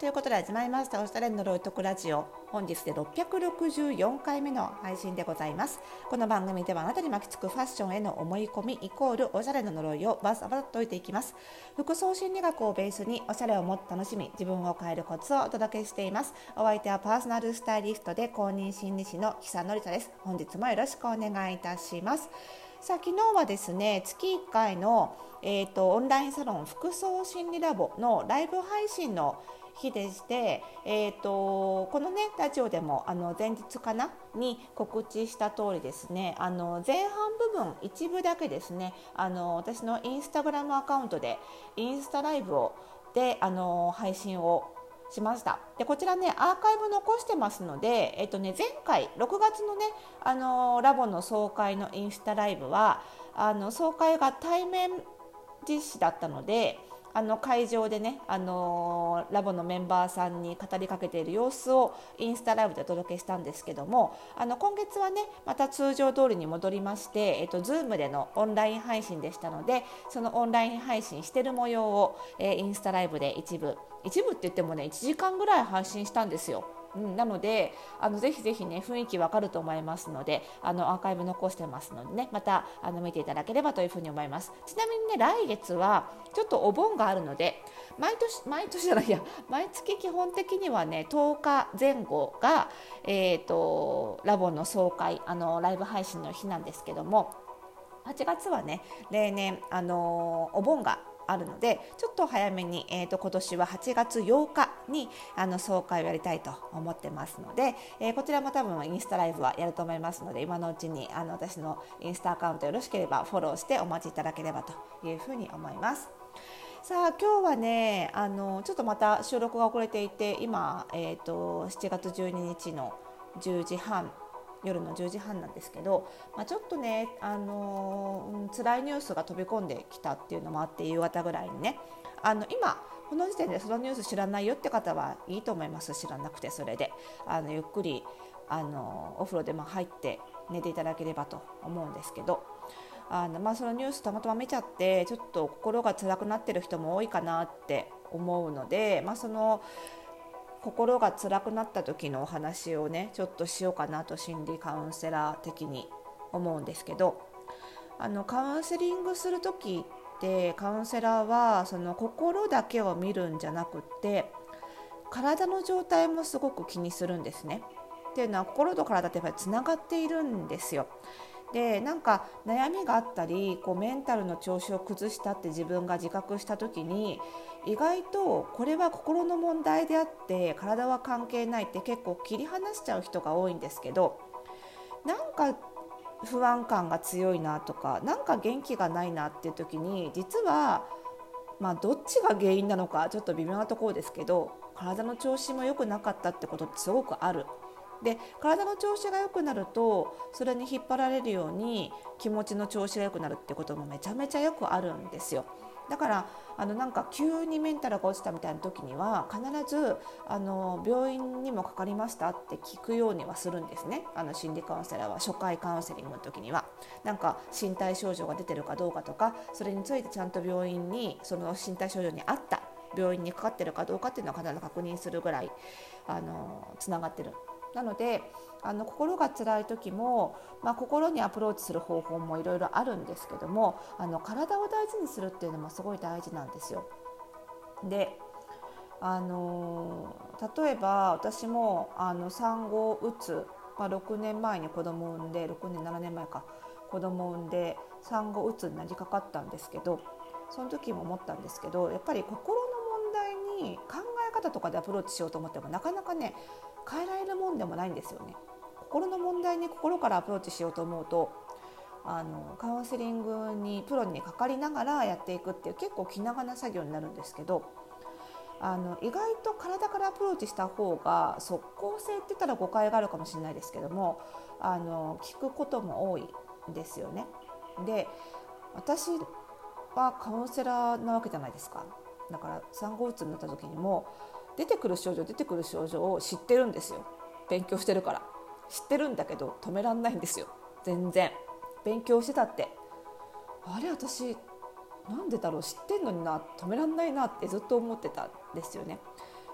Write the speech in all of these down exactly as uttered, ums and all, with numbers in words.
ということで始まりましたおしゃれの呪いとくラジオ。本日でろっぴゃくろくじゅうよんかいめの配信でございます。この番組ではあなたに巻きつくファッションへの思い込みイコールおしゃれの呪いをバサバサと解いていきます。服装心理学をベースにおしゃれをもっと楽しみ自分を変えるコツをお届けしています。お相手はパーソナルスタイリストで公認心理師の久典沙です。本日もよろしくお願いいたします。さあ昨日はですね、月いっかいの、えーと、オンラインサロン服装心理ラボのライブ配信の日でして、えーと、このねラジオでもあの前日かなに告知した通りですね、あの前半部分一部だけですね、あの私のインスタグラムアカウントでインスタライブをであの配信をしました。でこちらねアーカイブ残してますので、えっとね、前回ろくがつのねあのラボの総会のインスタライブはあの総会が対面実施だったので、あの会場でね、あのー、ラボのメンバーさんに語りかけている様子をインスタライブでお届けしたんですけども、あの今月はねまた通常通りに戻りまして、えっと、Zoom でのオンライン配信でしたので、そのオンライン配信してる模様を、えー、インスタライブで一部一部って言ってもねいちじかんぐらい配信したんですよ。うん、なのであのぜひぜひね雰囲気わかると思いますので、あのアーカイブ残してますのでね、またあの見ていただければというふうに思います。ちなみにね来月はちょっとお盆があるので、毎年毎年じゃないや毎月基本的にはねとおかぜん後が、えーと、ラボの総会あのライブ配信の日なんですけども、はちがつはね例年あのお盆があるのでちょっと早めに、えーと、今年ははちがつようかにあの総会をやりたいと思ってますので、えー、こちらも多分インスタライブはやると思いますので、今のうちにあの私のインスタアカウントよろしければフォローしてお待ちいただければというふうに思います。さあ今日はねあのちょっとまた収録が遅れていて、今、えーと、しちがつじゅうににちのじゅうじはん夜のじゅうじはんなんですけど、まあ、ちょっとね、あのーうん、辛いニュースが飛び込んできたっていうのもあって、夕方ぐらいにねあの今この時点でそのニュース知らないよって方はいいと思います。知らなくてそれであのゆっくりあのお風呂でも入って寝ていただければと思うんですけど、あの、まあ、そのニュースたまたま見ちゃってちょっと心が辛くなってる人も多いかなって思うので、まあ、その心が辛くなった時のお話をねちょっとしようかなと心理カウンセラー的に思うんですけど、あのカウンセリングする時ってカウンセラーはその心だけを見るんじゃなくって体の状態もすごく気にするんですね。っていうのは心と体ってやっぱりつながっているんですよ。でなんか悩みがあったりこうメンタルの調子を崩したって自分が自覚した時に、意外とこれは心の問題であって体は関係ないって結構切り離しちゃう人が多いんですけど、なんか不安感が強いなとかなんか元気がないなっていう時に、実はまあどっちが原因なのかちょっと微妙なところですけど、体の調子も良くなかったってことってすごくある。で体の調子が良くなるとそれに引っ張られるように気持ちの調子が良くなるってこともめちゃめちゃよくあるんですよ。だからあのなんか急にメンタルが落ちたみたいな時には必ずあの病院にもかかりましたって聞くようにはするんですね。あの心理カウンセラーは初回カウンセリングの時にはなんか身体症状が出てるかどうかとか、それについてちゃんと病院にその身体症状に合った病院にかかってるかどうかっていうのを必ず確認するぐらいあのつながってる。なのであの心が辛い時も、まあ、心にアプローチする方法もいろいろあるんですけども、あの体を大事にするっていうのもすごい大事なんですよ。であの例えば私もあの産後うつ、まあ、ろくねんまえに子供を産んでろくねんななねんまえか子供を産んで産後うつになりかかったんですけど、その時も思ったんですけど、やっぱり心の問題に考え方とかでアプローチしようと思ってもなかなかね変えられるもんでもないんですよね。心の問題に心からアプローチしようと思うとあのカウンセリングにプロにかかりながらやっていくっていう結構気長な作業になるんですけど、あの意外と体からアプローチした方が即効性って言ったら誤解があるかもしれないですけども、あの聞くことも多いんですよね。で私はカウンセラーなわけじゃないですか。だから産後うつになった時にも出てくる症状出てくる症状を知ってるんですよ。勉強してるから知ってるんだけど止めらんないんですよ。全然勉強してたってあれ私なんでだろう知ってんのにな止めらんないなってずっと思ってたんですよね。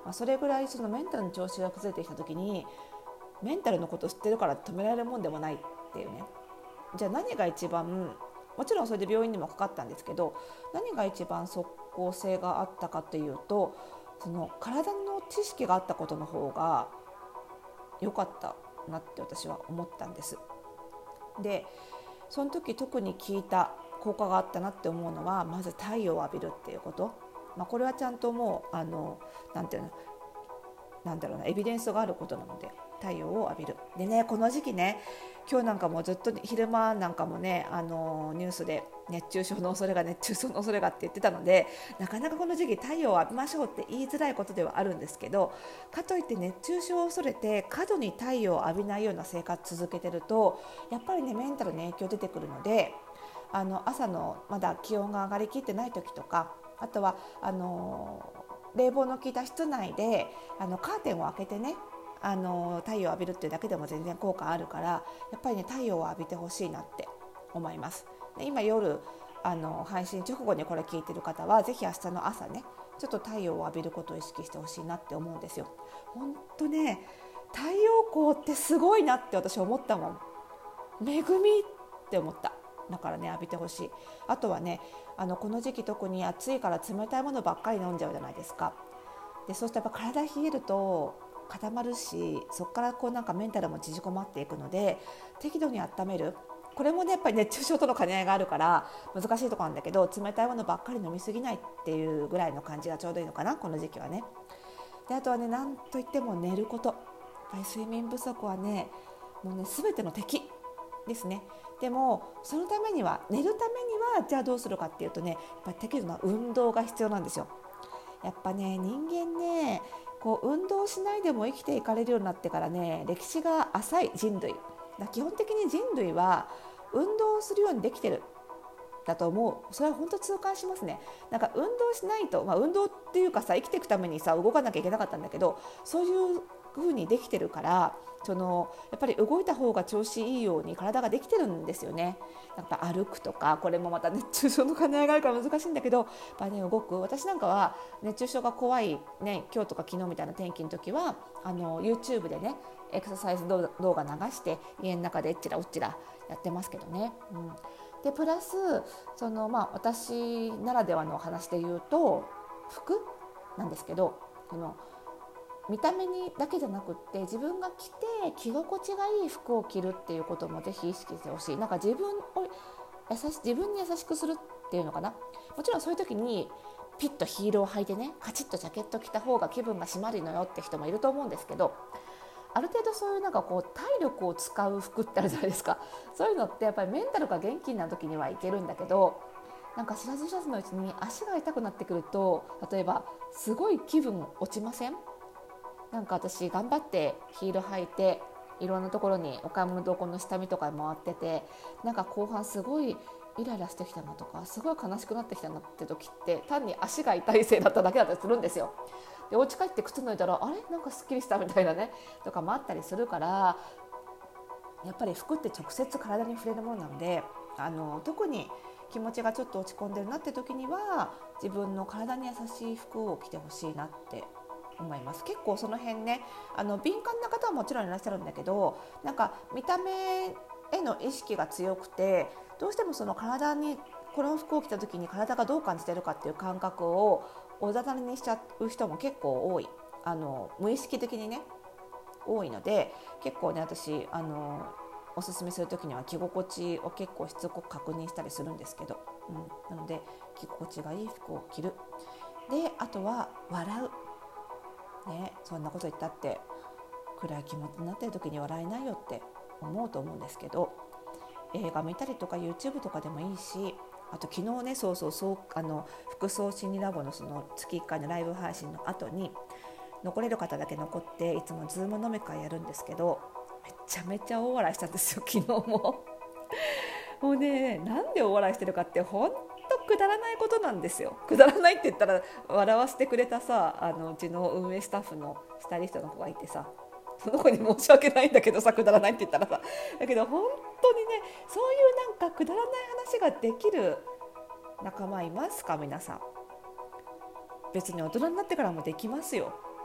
まあ、それぐらいそのメンタルの調子が崩れてきた時にメンタルのことを知ってるから止められるもんでもないっていうね。じゃあ何が一番、もちろんそれで病院にもかかったんですけど、何が一番即効性があったかというと、その体の知識があったことの方が良かったなって私は思ったんです。でその時特に効いた効果があったなって思うのは、まず太陽を浴びるっていうこと、まあ、これはちゃんともうあのなんていうのなんだろうなエビデンスがあることなので、太陽を浴びる。でね、この時期ね、今日なんかもずっと昼間なんかもね、あのニュースで熱中症の恐れが熱中症の恐れがって言ってたので、なかなかこの時期太陽を浴びましょうって言いづらいことではあるんですけど、かといって熱中症を恐れて過度に太陽を浴びないような生活続けてると、やっぱりねメンタルに影響出てくるので、あの朝のまだ気温が上がりきってない時とか、あとはあの冷房の効いた室内であのカーテンを開けてね、あの太陽を浴びるっていうだけでも全然効果あるから、やっぱりね太陽を浴びてほしいなって思います。で今夜あの配信直後にこれ聞いてる方はぜひ明日の朝ねちょっと太陽を浴びることを意識してほしいなって思うんですよ。本当ね、太陽光ってすごいなって私思ったもん。恵みって思った。だからね浴びてほしい。あとはね、あのこの時期特に暑いから冷たいものばっかり飲んじゃうじゃないですか。でそうするとやっぱ体冷えると固まるし、そこからこうなんかメンタルも縮こまっていくので、適度に温める。これもねやっぱり熱中症との兼ね合いがあるから難しいところなんだけど、冷たいものばっかり飲みすぎないっていうぐらいの感じがちょうどいいのかな、この時期はね。であとはね、なんといっても寝ること。やっぱり睡眠不足はねもうね全ての敵ですね。でもそのためには、寝るためにはじゃあどうするかっていうとね、やっぱり適度な運動が必要なんですよ。やっぱね人間ねこう運動しないでも生きていかれるようになってからね、歴史が浅い人類だ。基本的に人類は運動するようにできてるだと思う。それは本当痛感しますね。なんか運動しないと、まあ、運動っていうかさ、生きていくためにさ動かなきゃいけなかったんだけど、そういう風にできてるから、そのやっぱり動いた方が調子いいように体ができてるんですよね。やっぱ歩くとか、これもまた熱中症の兼ね合いがあるから難しいんだけど、やっぱ、ね、動く。私なんかは熱中症が怖い、ね、今日とか昨日みたいな天気の時はあの YouTube でねエクササイズ動画流して家の中でえっちらおっちらやってますけどね、うん、でプラスその、まあ、私ならではの話で言うと服なんですけど、その見た目にだけじゃなくって自分が着て着心地がいい服を着るっていうこともぜひ意識してほしい。なんか自分を優し自分に優しくするっていうのかな。もちろんそういう時にピッとヒールを履いてねカチッとジャケット着た方が気分が締まるのよって人もいると思うんですけど、ある程度そういうなんかこう体力を使う服ってあるじゃないですか。そういうのってやっぱりメンタルが元気な時にはいけるんだけど、なんか知らず知らずのうちに足が痛くなってくると、例えばすごい気分落ちません？なんか私頑張ってヒール履いていろんなところにお買い物どこの下見とか回ってて、なんか後半すごいイライラしてきたなとかすごい悲しくなってきたなって時って単に足が痛いせいだっただけだったりするんですよ。でお家帰って靴脱いだらあれなんかすっきりしたみたいなねとかもあったりするから、やっぱり服って直接体に触れるものなので、あの特に気持ちがちょっと落ち込んでるなって時には自分の体に優しい服を着てほしいなって思います。結構その辺ね、あの敏感な方はもちろんいらっしゃるんだけど、なんか見た目への意識が強くて、どうしてもその体にこの服を着た時に体がどう感じてるかっていう感覚をおざなりにしちゃう人も結構多い。あの無意識的にね多いので、結構ね私あのおすすめする時には着心地を結構しつこく確認したりするんですけど、うん、なので着心地がいい服を着る。であとは笑うね、そんなこと言ったって暗い気持ちになってる時に笑えないよって思うと思うんですけど、映画見たりとか YouTube とかでもいいし、あと昨日ねそうそうそうあの服装心理ラボのその月いっかいのライブ配信の後に残れる方だけ残っていつもズーム飲み会やるんですけど、めちゃめちゃ大笑いしたんですよ昨日ももうね、なんで大笑いしてるかって本当くだらないことなんですよ。くだらないって言ったら笑わせてくれたさ、あのうちの運営スタッフのスタイリストの子がいてさ、その子に申し訳ないんだけどさ、くだらないって言ったらさ、だけど本当にね、そういうなんかくだらない話ができる仲間いますか皆さん。別に大人になってからもできますよ。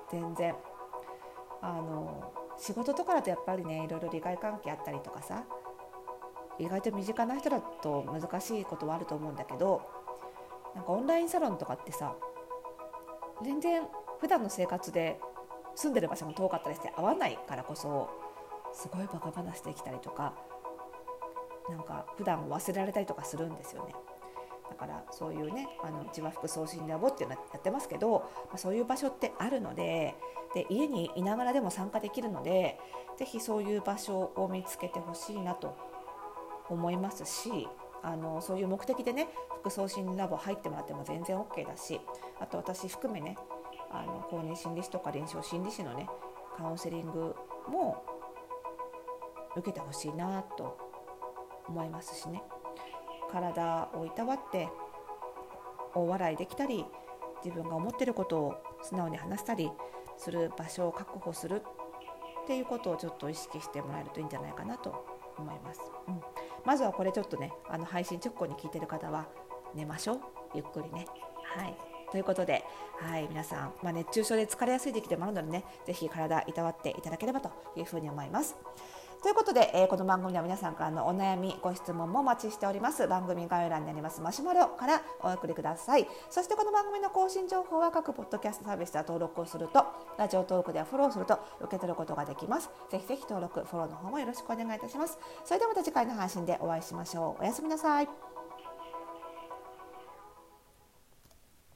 全然。あの仕事とかだとやっぱりね、いろいろ利害関係あったりとかさ、意外と身近な人だと難しいことはあると思うんだけど、なんかオンラインサロンとかってさ、全然普段の生活で住んでる場所も遠かったりして会わないからこそ、すごいバカ話できたりとか、なんか普段忘れられたりとかするんですよね。だからそういうね、あの千葉福送信ラボっていうのやってますけど、まあ、そういう場所ってあるので、で家にいながらでも参加できるので、ぜひそういう場所を見つけてほしいなと思いますし、あのそういう目的でね、福送信ラボ入ってもらっても全然 OK だし、あと私含めね、あの公認心理師とか臨床心理師のねカウンセリングも受けてほしいなと思いますしね。体をいたわって大笑いできたり、自分が思っていることを素直に話したりする場所を確保するっていうことをちょっと意識してもらえるといいんじゃないかなと思います、うん、まずはこれちょっとね、あの配信直後に聞いてる方は寝ましょう、ゆっくりね。はいということで、はい、皆さん、まあ、熱中症で疲れやすい時期でもあるのでね、ぜひ体いたわっていただければというふうに思います。ということで、えー、この番組では皆さんからのお悩みご質問もお待ちしております。番組概要欄にありますマシュマロからお送りください。そしてこの番組の更新情報は各ポッドキャストサービスで登録をすると、ラジオトークではフォローすると受け取ることができます。ぜひぜひ登録フォローの方もよろしくお願いいたします。それではまた次回の配信でお会いしましょう。おやすみなさい。